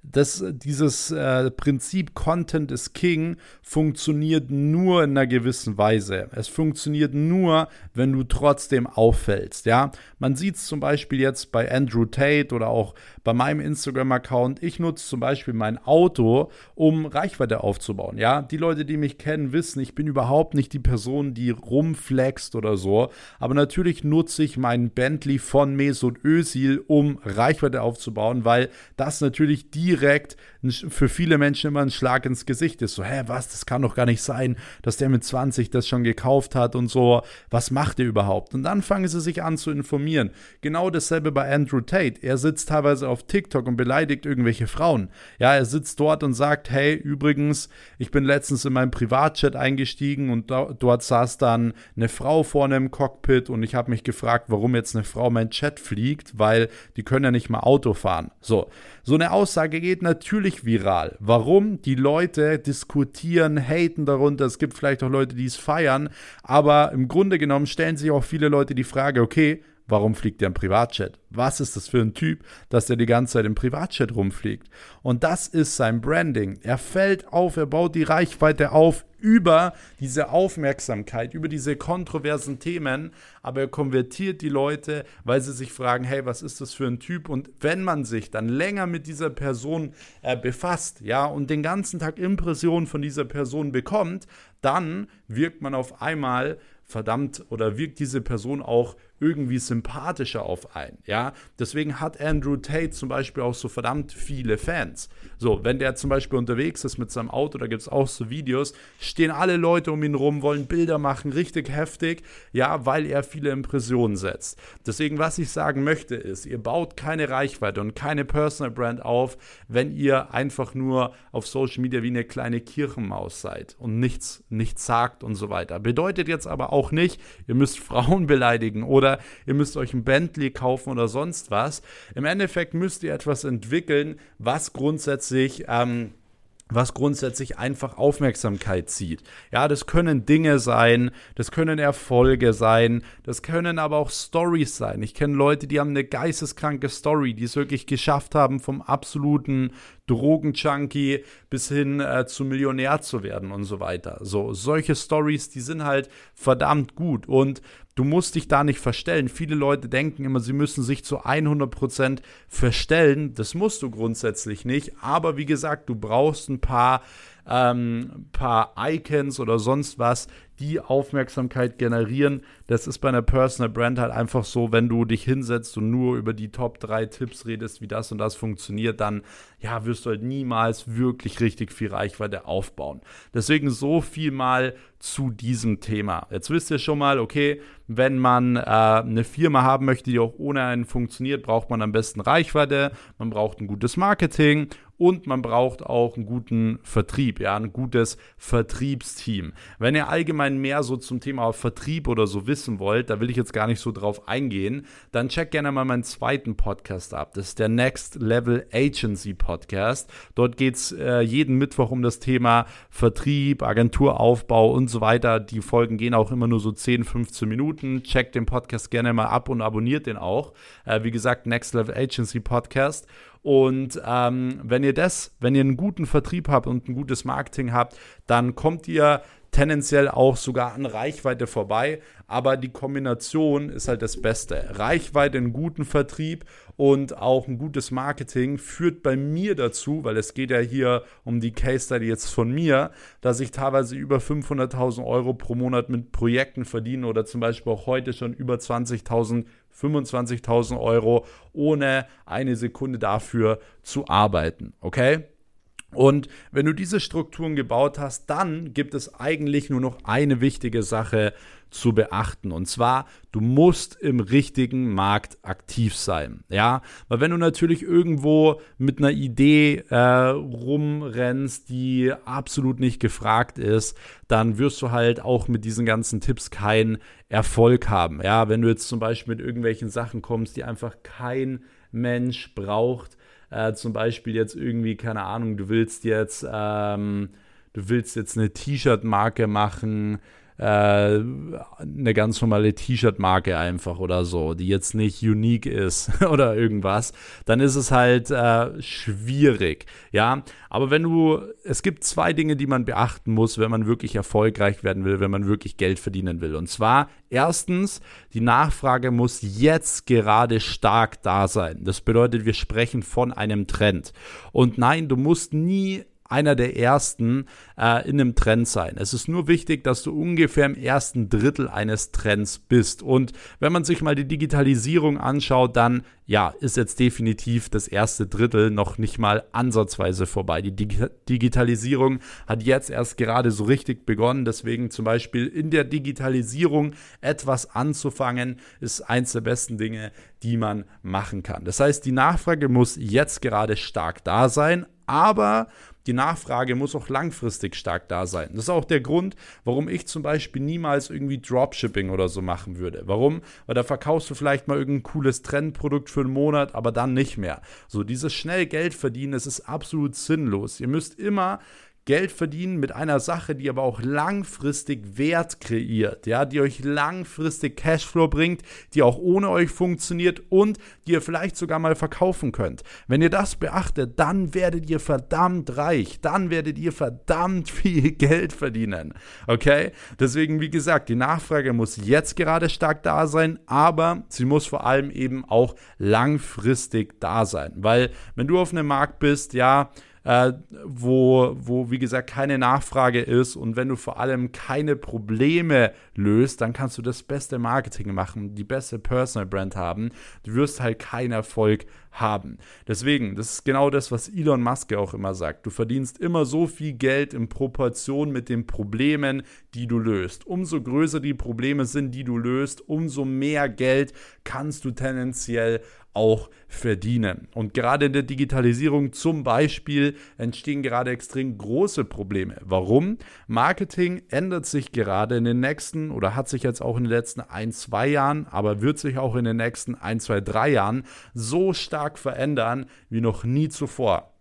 Dieses Prinzip Content is King funktioniert nur in einer gewissen Weise. Es funktioniert nur, wenn du trotzdem auffällst. Ja? Man sieht es zum Beispiel jetzt bei Andrew Tate oder auch bei meinem Instagram-Account. Ich nutze zum Beispiel mein Auto, um Reichweite aufzubauen. Ja? Die Leute, die mich kennen, wissen, ich bin überhaupt nicht die Person, die rumflext oder so. Aber natürlich nutze ich meinen Bentley von Mesut Özil, um Reichweite aufzubauen, weil das natürlich direkt für viele Menschen immer ein Schlag ins Gesicht ist. So, was, das kann doch gar nicht sein, dass der mit 20 das schon gekauft hat und so. Was macht der überhaupt? Und dann fangen sie sich an zu informieren. Genau dasselbe bei Andrew Tate. Er sitzt teilweise auf TikTok und beleidigt irgendwelche Frauen. Ja, er sitzt dort und sagt, hey, übrigens, ich bin letztens in meinem Privatjet eingestiegen und dort saß dann eine Frau vorne im Cockpit und ich habe mich gefragt, warum jetzt eine Frau mein Jet fliegt, weil die können ja nicht mal Auto fahren. So eine Aussage geht natürlich viral. Warum? Die Leute diskutieren, haten darunter. Es gibt vielleicht auch Leute, die es feiern. Aber im Grunde genommen stellen sich auch viele Leute die Frage, okay, warum fliegt der im Privatjet? Was ist das für ein Typ, dass der die ganze Zeit im Privatjet rumfliegt? Und das ist sein Branding. Er fällt auf, er baut die Reichweite auf über diese Aufmerksamkeit, über diese kontroversen Themen, aber er konvertiert die Leute, weil sie sich fragen, hey, was ist das für ein Typ? Und wenn man sich dann länger mit dieser Person befasst, ja, und den ganzen Tag Impressionen von dieser Person bekommt, dann wirkt man auf einmal wirkt diese Person auch irgendwie sympathischer auf einen, ja. Deswegen hat Andrew Tate zum Beispiel auch so verdammt viele Fans. So, wenn der zum Beispiel unterwegs ist mit seinem Auto, da gibt es auch so Videos, stehen alle Leute um ihn rum, wollen Bilder machen, richtig heftig, ja, weil er viele Impressionen setzt. Deswegen, was ich sagen möchte, ist, ihr baut keine Reichweite und keine Personal Brand auf, wenn ihr einfach nur auf Social Media wie eine kleine Kirchenmaus seid und nichts sagt und so weiter. Bedeutet jetzt aber auch nicht, ihr müsst Frauen beleidigen oder ihr müsst euch ein Bentley kaufen oder sonst was. Im Endeffekt müsst ihr etwas entwickeln, was grundsätzlich was grundsätzlich einfach Aufmerksamkeit zieht. Ja, das können Dinge sein, das können Erfolge sein, das können aber auch Storys sein. Ich kenne Leute, die haben eine geisteskranke Story, die es wirklich geschafft haben, vom absoluten Drogenjunkie bis hin zu Millionär zu werden und so weiter. So, solche Stories, die sind halt verdammt gut und du musst dich da nicht verstellen. Viele Leute denken immer, sie müssen sich zu 100% verstellen. Das musst du grundsätzlich nicht. Aber wie gesagt, du brauchst ein paar Icons oder sonst was, die Aufmerksamkeit generieren. Das ist bei einer Personal Brand halt einfach so, wenn du dich hinsetzt und nur über die Top 3 Tipps redest, wie das und das funktioniert, dann ja, wirst du halt niemals wirklich richtig viel Reichweite aufbauen. Deswegen so viel mal zu diesem Thema. Jetzt wisst ihr schon mal, okay, wenn man eine Firma haben möchte, die auch ohne einen funktioniert, braucht man am besten Reichweite, man braucht ein gutes Marketing und man braucht auch einen guten Vertrieb, ja, ein gutes Vertriebsteam. Wenn ihr allgemein mehr so zum Thema Vertrieb oder so wissen wollt, da will ich jetzt gar nicht so drauf eingehen, dann checkt gerne mal meinen zweiten Podcast ab. Das ist der Next Level Agency Podcast. Dort geht es jeden Mittwoch um das Thema Vertrieb, Agenturaufbau und so weiter. Die Folgen gehen auch immer nur so 10, 15 Minuten. Checkt den Podcast gerne mal ab und abonniert den auch. Wie gesagt, Next Level Agency Podcast. Und wenn ihr einen guten Vertrieb habt und ein gutes Marketing habt, dann kommt ihr tendenziell auch sogar an Reichweite vorbei, aber die Kombination ist halt das Beste. Reichweite, einen guten Vertrieb und auch ein gutes Marketing führt bei mir dazu, weil es geht ja hier um die Case Study jetzt von mir, dass ich teilweise über 500.000 Euro pro Monat mit Projekten verdiene oder zum Beispiel auch heute schon über 20.000, 25.000 Euro, ohne eine Sekunde dafür zu arbeiten, okay? Und wenn du diese Strukturen gebaut hast, dann gibt es eigentlich nur noch eine wichtige Sache zu beachten. Und zwar, du musst im richtigen Markt aktiv sein. Ja, weil wenn du natürlich irgendwo mit einer Idee rumrennst, die absolut nicht gefragt ist, dann wirst du halt auch mit diesen ganzen Tipps keinen Erfolg haben. Ja, wenn du jetzt zum Beispiel mit irgendwelchen Sachen kommst, die einfach kein Mensch braucht, zum Beispiel jetzt irgendwie, keine Ahnung, du willst jetzt eine T-Shirt-Marke machen, eine ganz normale T-Shirt-Marke einfach oder so, die jetzt nicht unique ist oder irgendwas, dann ist es halt schwierig, ja, aber es gibt zwei Dinge, die man beachten muss, wenn man wirklich erfolgreich werden will, wenn man wirklich Geld verdienen will, und zwar erstens, die Nachfrage muss jetzt gerade stark da sein. Das bedeutet, wir sprechen von einem Trend und nein, du musst nie einer der ersten in einem Trend sein. Es ist nur wichtig, dass du ungefähr im ersten Drittel eines Trends bist. Und wenn man sich mal die Digitalisierung anschaut, dann ja, ist jetzt definitiv das erste Drittel noch nicht mal ansatzweise vorbei. Die Digitalisierung hat jetzt erst gerade so richtig begonnen. Deswegen zum Beispiel in der Digitalisierung etwas anzufangen, ist eins der besten Dinge, die man machen kann. Das heißt, die Nachfrage muss jetzt gerade stark da sein, aber die Nachfrage muss auch langfristig stark da sein. Das ist auch der Grund, warum ich zum Beispiel niemals irgendwie Dropshipping oder so machen würde. Warum? Weil da verkaufst du vielleicht mal irgendein cooles Trendprodukt für einen Monat, aber dann nicht mehr. So, dieses schnell Geld verdienen, das ist absolut sinnlos. Ihr müsst immer Geld verdienen mit einer Sache, die aber auch langfristig Wert kreiert, ja, die euch langfristig Cashflow bringt, die auch ohne euch funktioniert und die ihr vielleicht sogar mal verkaufen könnt. Wenn ihr das beachtet, dann werdet ihr verdammt reich, dann werdet ihr verdammt viel Geld verdienen, okay? Deswegen, wie gesagt, die Nachfrage muss jetzt gerade stark da sein, aber sie muss vor allem eben auch langfristig da sein, weil wenn du auf einem Markt bist, ja, wo, wie gesagt, keine Nachfrage ist und wenn du vor allem keine Probleme löst, dann kannst du das beste Marketing machen, die beste Personal Brand haben. Du wirst halt keinen Erfolg haben. Deswegen, das ist genau das, was Elon Musk auch immer sagt. Du verdienst immer so viel Geld in Proportion mit den Problemen, die du löst. Umso größer die Probleme sind, die du löst, umso mehr Geld kannst du tendenziell auch verdienen. Und gerade in der Digitalisierung zum Beispiel entstehen gerade extrem große Probleme. Warum? Marketing ändert sich gerade in den nächsten oder hat sich jetzt auch in den letzten 1-2 Jahren, aber wird sich auch in den nächsten 1-2-3 Jahren so stark verändern wie noch nie zuvor.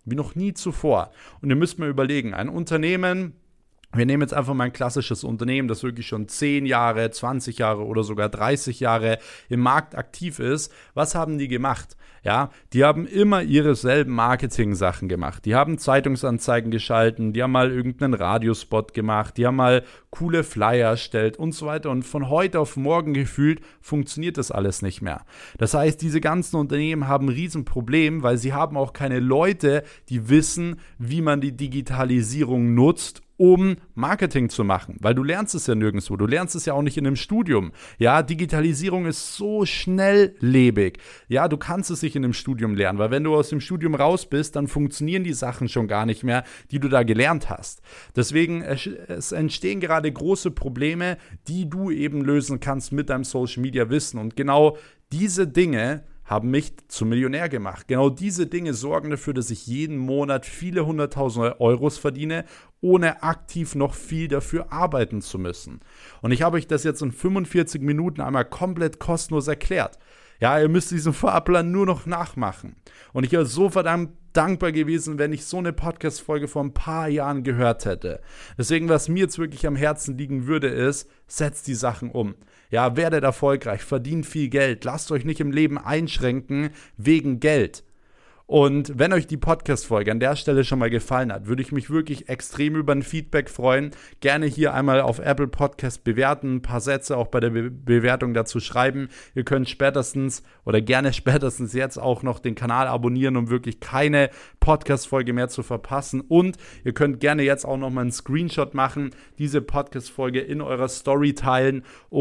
wie noch nie zuvor. Und ihr müsst mal überlegen, ein Unternehmen, wir nehmen jetzt einfach mal ein klassisches Unternehmen, das wirklich schon 10 Jahre, 20 Jahre oder sogar 30 Jahre im Markt aktiv ist. Was haben die gemacht? Ja, die haben immer ihre selben Marketing-Sachen gemacht. Die haben Zeitungsanzeigen geschalten, die haben mal irgendeinen Radiospot gemacht, die haben mal coole Flyer erstellt und so weiter. Und von heute auf morgen gefühlt funktioniert das alles nicht mehr. Das heißt, diese ganzen Unternehmen haben ein Riesenproblem, weil sie haben auch keine Leute, die wissen, wie man die Digitalisierung nutzt, um Marketing zu machen, weil du lernst es ja nirgendwo, du lernst es ja auch nicht in einem Studium. Ja, Digitalisierung ist so schnelllebig. Ja, du kannst es nicht in einem Studium lernen, weil wenn du aus dem Studium raus bist, dann funktionieren die Sachen schon gar nicht mehr, die du da gelernt hast. Deswegen, es entstehen gerade große Probleme, die du eben lösen kannst mit deinem Social Media Wissen. Und genau diese Dinge haben mich zum Millionär gemacht. Genau diese Dinge sorgen dafür, dass ich jeden Monat viele 100.000 Euros verdiene, ohne aktiv noch viel dafür arbeiten zu müssen. Und ich habe euch das jetzt in 45 Minuten einmal komplett kostenlos erklärt. Ja, ihr müsst diesen Fahrplan nur noch nachmachen. Und ich wäre so verdammt dankbar gewesen, wenn ich so eine Podcast-Folge vor ein paar Jahren gehört hätte. Deswegen, was mir jetzt wirklich am Herzen liegen würde, ist, setzt die Sachen um. Ja, werdet erfolgreich, verdient viel Geld, lasst euch nicht im Leben einschränken wegen Geld. Und wenn euch die Podcast-Folge an der Stelle schon mal gefallen hat, würde ich mich wirklich extrem über ein Feedback freuen. Gerne hier einmal auf Apple Podcast bewerten, ein paar Sätze auch bei der Bewertung dazu schreiben. Ihr könnt spätestens jetzt auch noch den Kanal abonnieren, um wirklich keine Podcast-Folge mehr zu verpassen. Und ihr könnt gerne jetzt auch noch mal einen Screenshot machen, diese Podcast-Folge in eurer Story teilen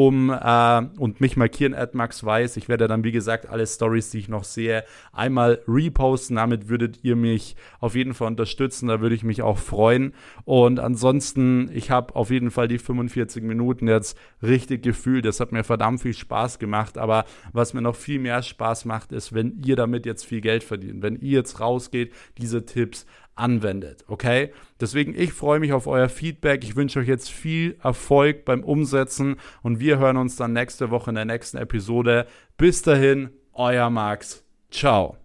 und mich markieren @maxweiss. Ich werde dann, wie gesagt, alle Stories, die ich noch sehe, einmal reposten. Damit würdet ihr mich auf jeden Fall unterstützen, da würde ich mich auch freuen. Und ansonsten, ich habe auf jeden Fall die 45 Minuten jetzt richtig gefühlt. Das hat mir verdammt viel Spaß gemacht, aber was mir noch viel mehr Spaß macht, ist, wenn ihr damit jetzt viel Geld verdient, wenn ihr jetzt rausgeht, diese Tipps anwendet, okay? Deswegen, ich freue mich auf euer Feedback. Ich wünsche euch jetzt viel Erfolg beim Umsetzen und wir hören uns dann nächste Woche in der nächsten Episode. Bis dahin, euer Max. Ciao.